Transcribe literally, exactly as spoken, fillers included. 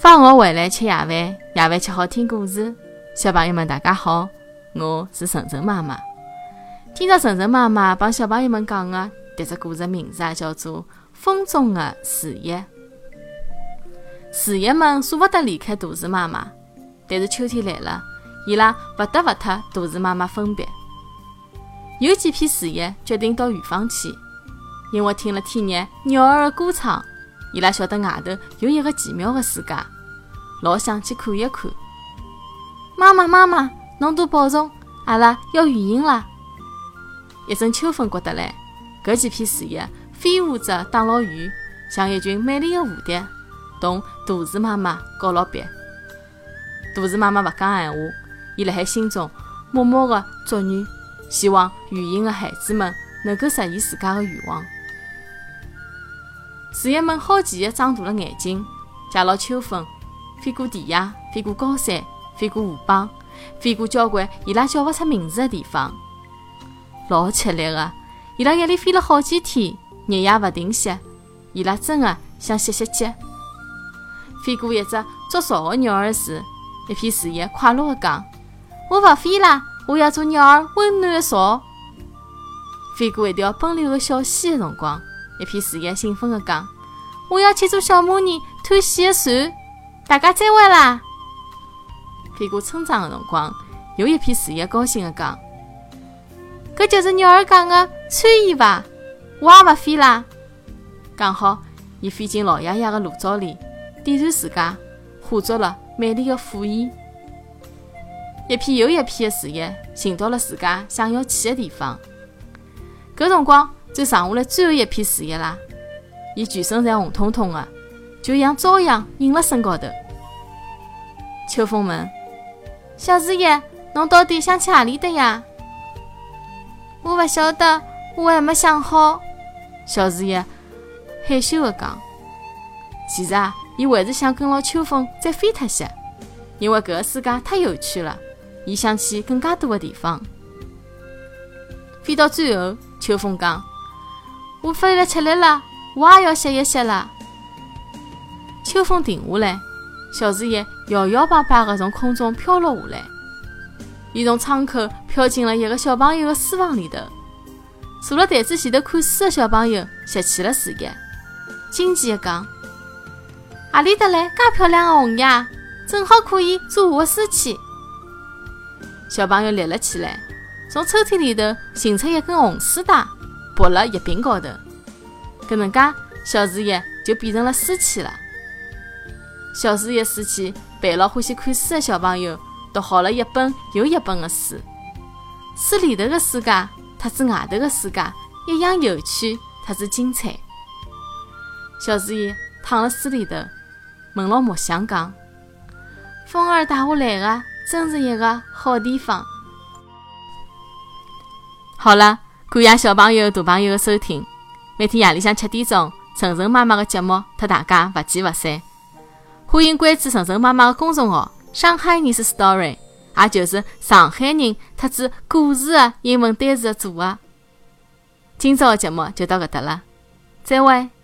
放学回来吃夜饭，夜饭吃好听故事。小朋友们大家好，我是晨晨妈妈。今朝晨晨妈妈帮小朋友们讲的迭只故事名字啊，叫做《风中的树叶》。树叶们舍不得离开大树妈妈，但是秋天来了，伊拉勿得勿脱大树妈妈分别。有几片树叶决定到远方去，因为听了天热鸟儿的歌唱，伊拉晓得外头有一个奇妙的世界，老想去看一看。妈妈妈妈，侬多保重，阿拉要远行啦！一阵秋风刮得来，搿几片树叶飞舞着打老远，像一群美丽的蝴蝶，同大树妈妈告老别。大树妈妈勿讲闲话，伊辣海心中默默地祝愿，希望远行的孩子们能够实现自家的愿望。树叶们好奇地张大了眼睛，借牢秋风，飞过田野，飞过高山，飞过河浜，飞过交关伊拉叫勿出名字的地方。老吃力的，伊拉一连飞了好几天，日夜勿停歇，伊拉真的想歇歇脚。飞过一只捉巢的鸟儿时，一片树叶快乐地讲：我勿飞啦，我要做鸟儿温暖的巢。飞过一条奔流的小溪的辰光，一片树叶兴奋地讲：我要去做小魔人探险的船，大家再会啦！飞过村庄的辰光，有一片树叶高兴地讲：搿就是鸟儿讲的穿衣伐？我也勿飞啦！刚好伊飞进老爷爷的炉灶里，点燃自家，化作了美丽的火焰。一片又一片的树叶寻到了自家想要去的地方。搿辰光就剩下来最后一片树叶啦，伊全身侪红彤彤的，就像朝阳映了身高头。秋风问：小树叶，侬到底想去何里搭呀？我勿晓得，我还没想好。小树叶害羞地讲。其实啊，伊还是想跟牢秋风再飞脱些，因为搿个世界太有趣了，伊想去更加多的地方。飞到最后，秋风讲：我飞了吃力了，我也要歇一歇了。秋风停下来，小树叶摇摇摆摆地从空中飘落下来，伊从窗口飘进了一个小朋友的书房里头。坐了台子前头看书的小朋友拾起了树叶，惊奇地讲：何里得来介漂亮的红叶，正好可以做我的书签。小朋友立了起来，从抽屉里头寻出一根红丝带，绑了叶柄高头。搿能介，小树叶就变成了书签了。小树叶书签陪牢欢喜看书的小朋友读好了一本又一本的书。书里头的世界特子外头的世界一样有趣，特子精彩。小树叶躺了书里头，问牢木匠讲：风儿带我来的真是一个好地方。好了，感谢小朋友大朋友的收听。每天夜里向七点钟，晨晨妈妈的节目和大家不见不散。欢迎关注晨晨妈妈的公众号上海人是 story， 也就是上海人特指故事的英文单词的组合。今朝的节目就到搿搭了，再会。